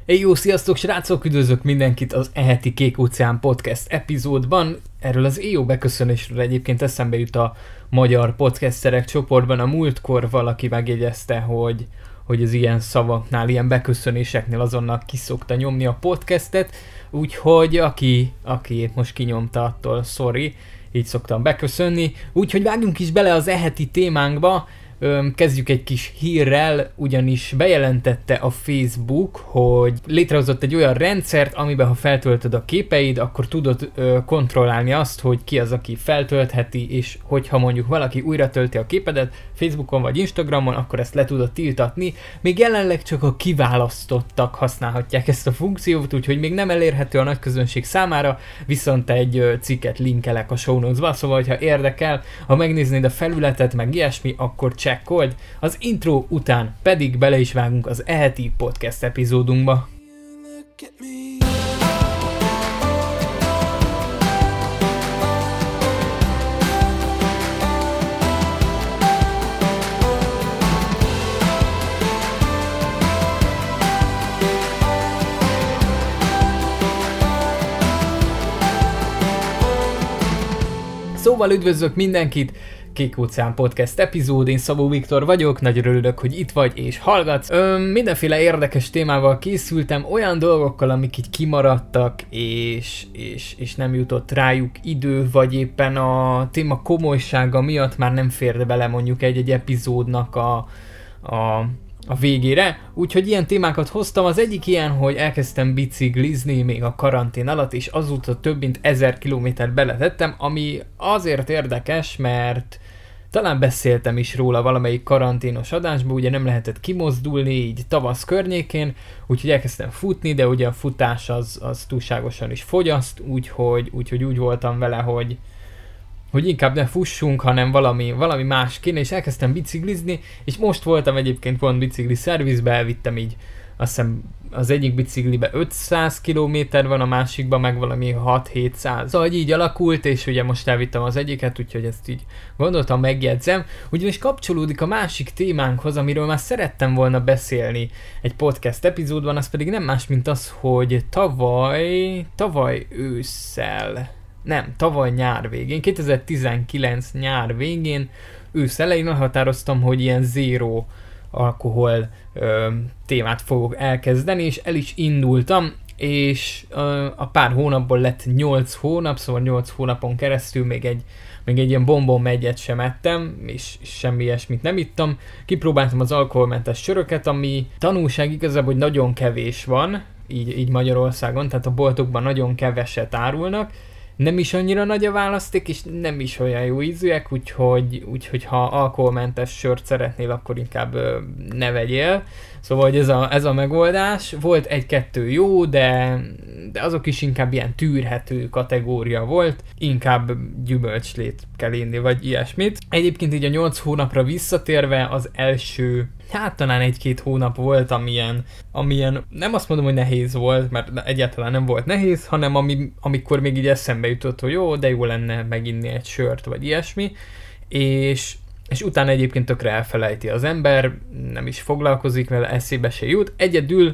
Jó, sziasztok srácok, üdvözlök mindenkit az E-heti Kék Óceán Podcast epizódban. Erről az jó beköszönésről egyébként eszembe jut a magyar podcasterek csoportban. A múltkor valaki megjegyezte, hogy az ilyen szavaknál, ilyen beköszönéseknél azonnal kiszokta nyomni a podcastet, úgyhogy aki most kinyomta, attól sorry, így szoktam beköszönni. Úgyhogy vágjunk is bele az E-heti témánkba. Kezdjük egy kis hírrel, ugyanis bejelentette a Facebook, hogy létrehozott egy olyan rendszert, amiben ha feltöltöd a képeid, akkor tudod kontrollálni azt, hogy ki az, aki feltöltheti, és hogyha mondjuk valaki újra tölti a képedet Facebookon vagy Instagramon, akkor ezt le tudod tiltatni. Még jelenleg csak a kiválasztottak használhatják ezt a funkciót, úgyhogy még nem elérhető a nagy közönség számára, viszont egy cikket linkelek a show notes-ba, szóval ha érdekel, ha megnéznéd a felületet, meg ilyesmi, akkor csekkold. Az intro után pedig bele is vágunk az E-heti podcast epizódunkba. Szóval üdvözlök mindenkit! Kék Óceán Podcast epizód, én Szabó Viktor vagyok, nagyon örülök, hogy itt vagy és hallgatsz. Mindenféle érdekes témával készültem, olyan dolgokkal, amik így kimaradtak, és nem jutott rájuk idő, vagy éppen a téma komolysága miatt már nem fér bele mondjuk egy epizódnak a végére, úgyhogy ilyen témákat hoztam. Az egyik ilyen, hogy elkezdtem biciklizni még a karantén alatt, és azóta több mint 1000 kilométert beletettem, ami azért érdekes, mert talán beszéltem is róla valamelyik karanténos adásban, ugye nem lehetett kimozdulni így tavasz környékén, úgyhogy elkezdtem futni, de ugye a futás az túlságosan is fogyaszt, úgyhogy úgy voltam vele, hogy inkább ne fussunk, hanem valami más kéne, és elkezdtem biciklizni, és most voltam egyébként pont bicikli szervizbe, elvittem így, azt hiszem az egyik biciklibe 500 km van, a másikban meg valami 6-700. Szóval így alakult, és ugye most elvittem az egyiket, úgyhogy ezt így gondoltam, megjegyzem. Ugyanis kapcsolódik a másik témánkhoz, amiről már szerettem volna beszélni egy podcast epizódban, az pedig nem más, mint az, hogy tavaly ősszel, nem, tavaly nyár végén, 2019 nyár végén, ősz elején határoztam, hogy ilyen zéró alkohol témát fogok elkezdeni, és el is indultam, és a pár hónapból lett 8 hónap, szóval 8 hónapon keresztül még egy ilyen bombon-megyet sem ettem, és semmi ilyesmit nem ittam. Kipróbáltam az alkoholmentes söröket, ami tanulság igazából, hogy nagyon kevés van, így Magyarországon, tehát a boltokban nagyon keveset árulnak, nem is annyira nagy a választék, és nem is olyan jó ízűek, úgyhogy ha alkoholmentes sört szeretnél, akkor inkább ne vegyél. Szóval hogy ez a megoldás. Volt egy-kettő jó, de azok is inkább ilyen tűrhető kategória volt. Inkább gyümölcslét kell inni, vagy ilyesmit. Egyébként így a 8 hónapra visszatérve az első, talán 1-2 hónap volt, amilyen nem azt mondom, hogy nehéz volt, mert egyáltalán nem volt nehéz, hanem amikor még így eszembe jutott, hogy de jó lenne meginni egy sört, vagy ilyesmi, és utána egyébként tökre elfelejti az ember, nem is foglalkozik vele, eszébe se jut. Egyedül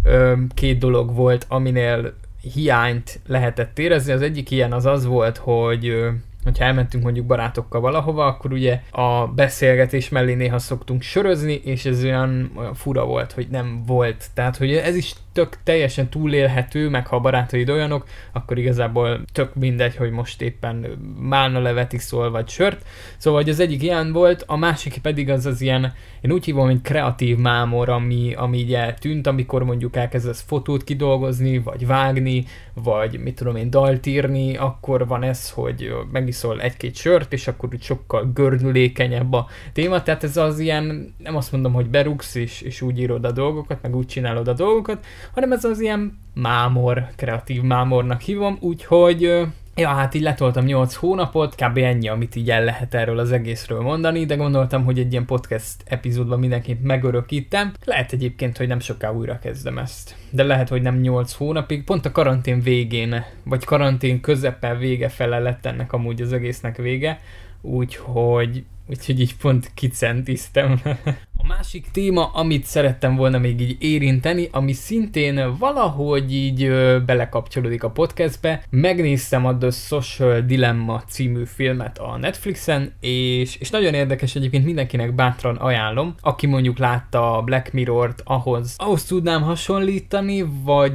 2 dolog volt, aminél hiányt lehetett érezni. Az egyik ilyen az volt, hogyha elmentünk mondjuk barátokkal valahova, akkor ugye a beszélgetés mellé néha szoktunk sörözni, és ez olyan fura volt, hogy nem volt. Tehát, hogy ez is teljesen túlélhető, meg ha a barátaid olyanok, akkor igazából tök mindegy, hogy most éppen málnalevet iszol, vagy sört. Szóval, hogy az egyik ilyen volt, a másik pedig az ilyen, én úgy hívom, hogy kreatív mámor, ami így eltűnt, amikor mondjuk elkezdesz fotót kidolgozni, vagy vágni, vagy mit tudom én, dalt írni, akkor van ez, hogy megiszol 1-2 sört, és akkor úgy sokkal gördülékenyebb a téma. Tehát ez az ilyen, nem azt mondom, hogy berúgsz, és úgy írod a dolgokat, meg úgy csinálod a dolgokat, hanem ez az ilyen mámor, kreatív mámornak hívom, úgyhogy így letoltam 8 hónapot, kb. Ennyi, amit így el lehet erről az egészről mondani, de gondoltam, hogy egy ilyen podcast epizódban mindenképp megörökítem. Lehet egyébként, hogy nem soká újra kezdem ezt, de lehet, hogy nem 8 hónapig, pont a karantén végén, vagy karantén közepen vége fele lett ennek amúgy az egésznek vége, úgyhogy így pont kicentiztem. A A másik téma, amit szerettem volna még így érinteni, ami szintén valahogy így belekapcsolódik a podcastbe, megnéztem a The Social Dilemma című filmet a Netflixen, és nagyon érdekes, egyébként mindenkinek bátran ajánlom, aki mondjuk látta a Black Mirror-t, ahhoz tudnám hasonlítani,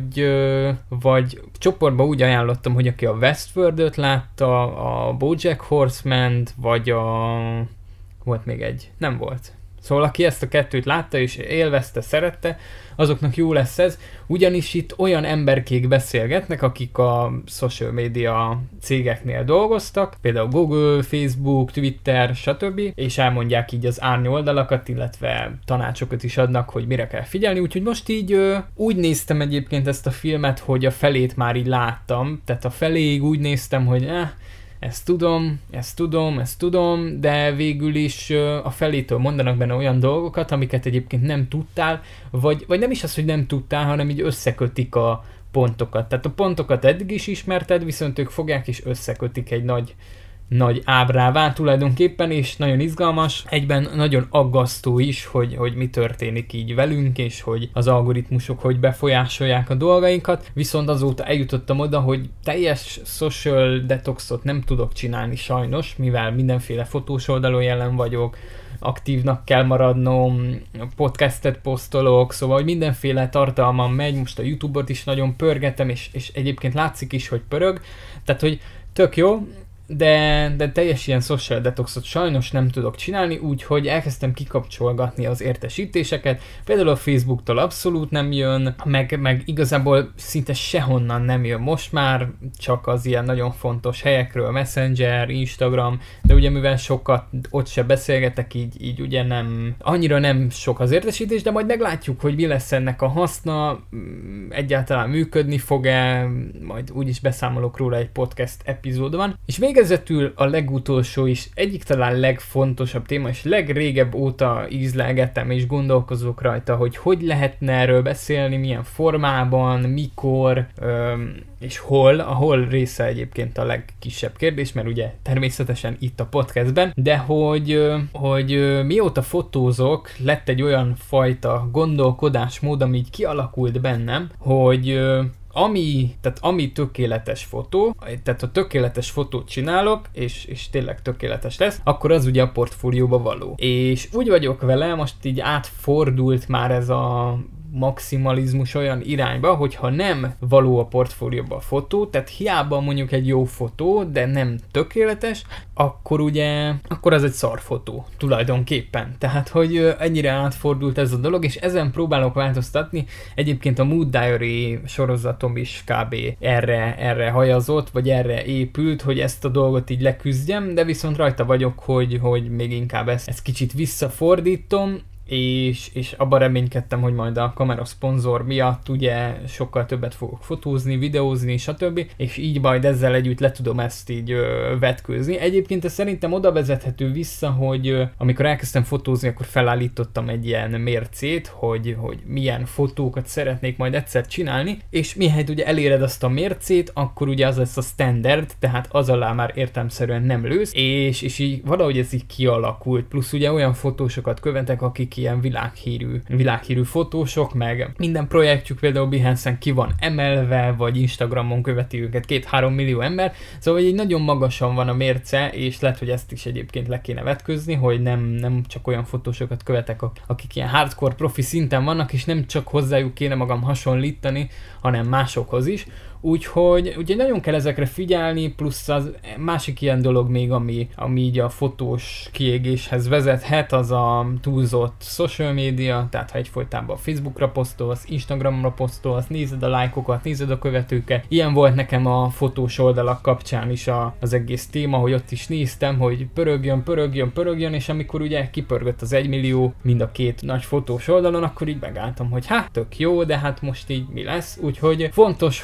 vagy csoportban úgy ajánlottam, hogy aki a Westworld-öt látta, a BoJack Horseman-t, vagy volt még egy, nem volt. Szóval aki ezt a kettőt látta és élvezte, szerette, azoknak jó lesz ez, ugyanis itt olyan emberkék beszélgetnek, akik a social media cégeknél dolgoztak, például Google, Facebook, Twitter, stb. És elmondják így az árnyoldalakat, illetve tanácsokat is adnak, hogy mire kell figyelni, úgyhogy most így úgy néztem egyébként ezt a filmet, hogy a felét már így láttam, tehát a feléig úgy néztem, hogy ezt tudom, de végül is a felétől mondanak benne olyan dolgokat, amiket egyébként nem tudtál, vagy nem is az, hogy nem tudtál, hanem így összekötik a pontokat. Tehát a pontokat eddig is ismerted, viszont ők fogják és összekötik egy nagy ábrává tulajdonképpen, és nagyon izgalmas, egyben nagyon aggasztó is, hogy mi történik így velünk, és hogy az algoritmusok hogy befolyásolják a dolgainkat, viszont azóta eljutottam oda, hogy teljes social detoxot nem tudok csinálni sajnos, mivel mindenféle fotós oldalon jelen vagyok, aktívnak kell maradnom, podcastet posztolok, szóval hogy mindenféle tartalmam megy, most a YouTube-ot is nagyon pörgetem, és egyébként látszik is, hogy pörög, tehát hogy tök jó, de teljes ilyen social detoxot sajnos nem tudok csinálni, úgyhogy elkezdtem kikapcsolgatni az értesítéseket, például a Facebooktól abszolút nem jön, meg igazából szinte sehonnan nem jön most már, csak az ilyen nagyon fontos helyekről, Messenger, Instagram, de ugye mivel sokat ott se beszélgetek, így ugye annyira nem sok az értesítés, de majd meglátjuk, hogy mi lesz ennek a haszna, egyáltalán működni fog-e, majd úgyis beszámolok róla egy podcast epizódban, és végezetül a legutolsó is egyik talán legfontosabb téma, és legrégebb óta ízlelgetem és gondolkozok rajta, hogy lehetne erről beszélni, milyen formában, mikor, és hol. A hol része egyébként a legkisebb kérdés, mert ugye természetesen itt a podcastben, de hogy mióta fotózok, lett egy olyan fajta gondolkodásmód, ami így kialakult bennem, hogy ami tökéletes fotó, tehát ha tökéletes fotót csinálok, és tényleg tökéletes lesz, akkor az ugye a portfólióba való. És úgy vagyok vele, most így átfordult már ez a maximalizmus olyan irányba, hogyha nem való a portfólióba a fotó, tehát hiába mondjuk egy jó fotó, de nem tökéletes, akkor az egy szar fotó tulajdonképpen. Tehát, hogy ennyire átfordult ez a dolog, és ezen próbálok változtatni. Egyébként a Mood Diary sorozatom is kb. erre hajazott, vagy erre épült, hogy ezt a dolgot így leküzdjem, de viszont rajta vagyok, hogy még inkább ezt kicsit visszafordítom, és abban reménykedtem, hogy majd a kamera szponzor miatt ugye sokkal többet fogok fotózni, videózni, stb. És így majd ezzel együtt le tudom ezt így vetkőzni. Egyébként ez szerintem oda vezethető vissza, hogy amikor elkezdtem fotózni, akkor felállítottam egy ilyen mércét, hogy milyen fotókat szeretnék majd egyszer csinálni, és mihelyt ugye eléred azt a mércét, akkor ugye az lesz a standard, tehát az alá már értelemszerűen nem lősz, és így valahogy ez így kialakult, plusz ugye olyan fotósokat követek, akik ilyen világhírű fotósok, meg minden projektjük például Behance-en ki van emelve, vagy Instagramon követi őket 2-3 millió ember, szóval így nagyon magasan van a mérce, és lehet, hogy ezt is egyébként le kéne vetközni, hogy nem csak olyan fotósokat követek, akik ilyen hardcore profi szinten vannak, és nem csak hozzájuk kéne magam hasonlítani, hanem másokhoz is. Úgyhogy nagyon kell ezekre figyelni, plusz az másik ilyen dolog még, ami így a fotós kiégéshez vezethet, az a túlzott social media, tehát ha egyfolytában Facebookra posztolsz, Instagramra posztolsz, nézed a lájkokat, nézed a követőket. Ilyen volt nekem a fotós oldalak kapcsán is az egész téma, hogy ott is néztem, hogy pörögjön, és amikor ugye kipörgött az 1 millió mind a két nagy fotós oldalon, akkor így megálltam, hogy tök jó, de hát most így mi lesz. Úgyhogy fontos, hogy mindig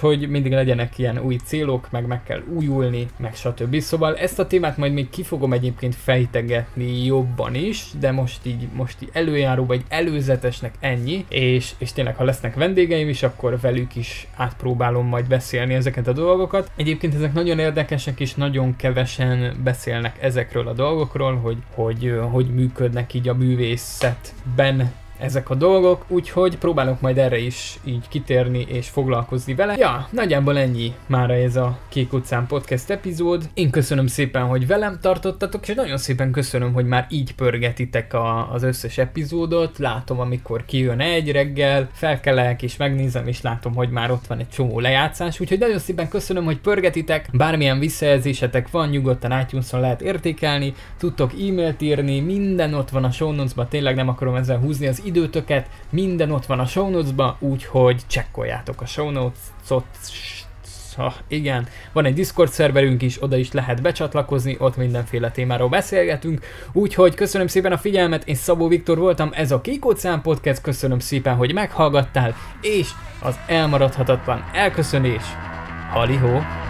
mindig legyenek ilyen új célok, meg kell újulni, meg stb. Szóval ezt a témát majd még ki fogom egyébként fejtegetni jobban is, de most így előjáróba, egy előzetesnek ennyi, és tényleg ha lesznek vendégeim is, akkor velük is átpróbálom majd beszélni ezeket a dolgokat. Egyébként ezek nagyon érdekesek, és nagyon kevesen beszélnek ezekről a dolgokról, hogy működnek így a művészetben ezek a dolgok, úgyhogy próbálok majd erre is így kitérni és foglalkozni vele. Ja, nagyjából ennyi mára ez a Kék utcán podcast epizód. Én köszönöm szépen, hogy velem tartottatok, és nagyon szépen köszönöm, hogy már így pörgetitek az összes epizódot. Látom, amikor kijön egy reggel, felkelek és megnézem, és látom, hogy már ott van egy csomó lejátszás, úgyhogy nagyon szépen köszönöm, hogy pörgetitek. Bármilyen visszajelzésetek van, nyugodtan iTunes-on lehet értékelni, tudtok e-mailt írni, minden ott van a show notes-ban, tényleg nem akarom ezzel húzni az időtöket, minden ott van a show notes-ba, úgyhogy csekkoljátok a show notes-ot. Igen, van egy Discord szerverünk is, oda is lehet becsatlakozni, ott mindenféle témáról beszélgetünk, úgyhogy köszönöm szépen a figyelmet, én Szabó Viktor voltam, ez a Kék utcán podcast, köszönöm szépen, hogy meghallgattál, és az elmaradhatatlan elköszönés, halihó!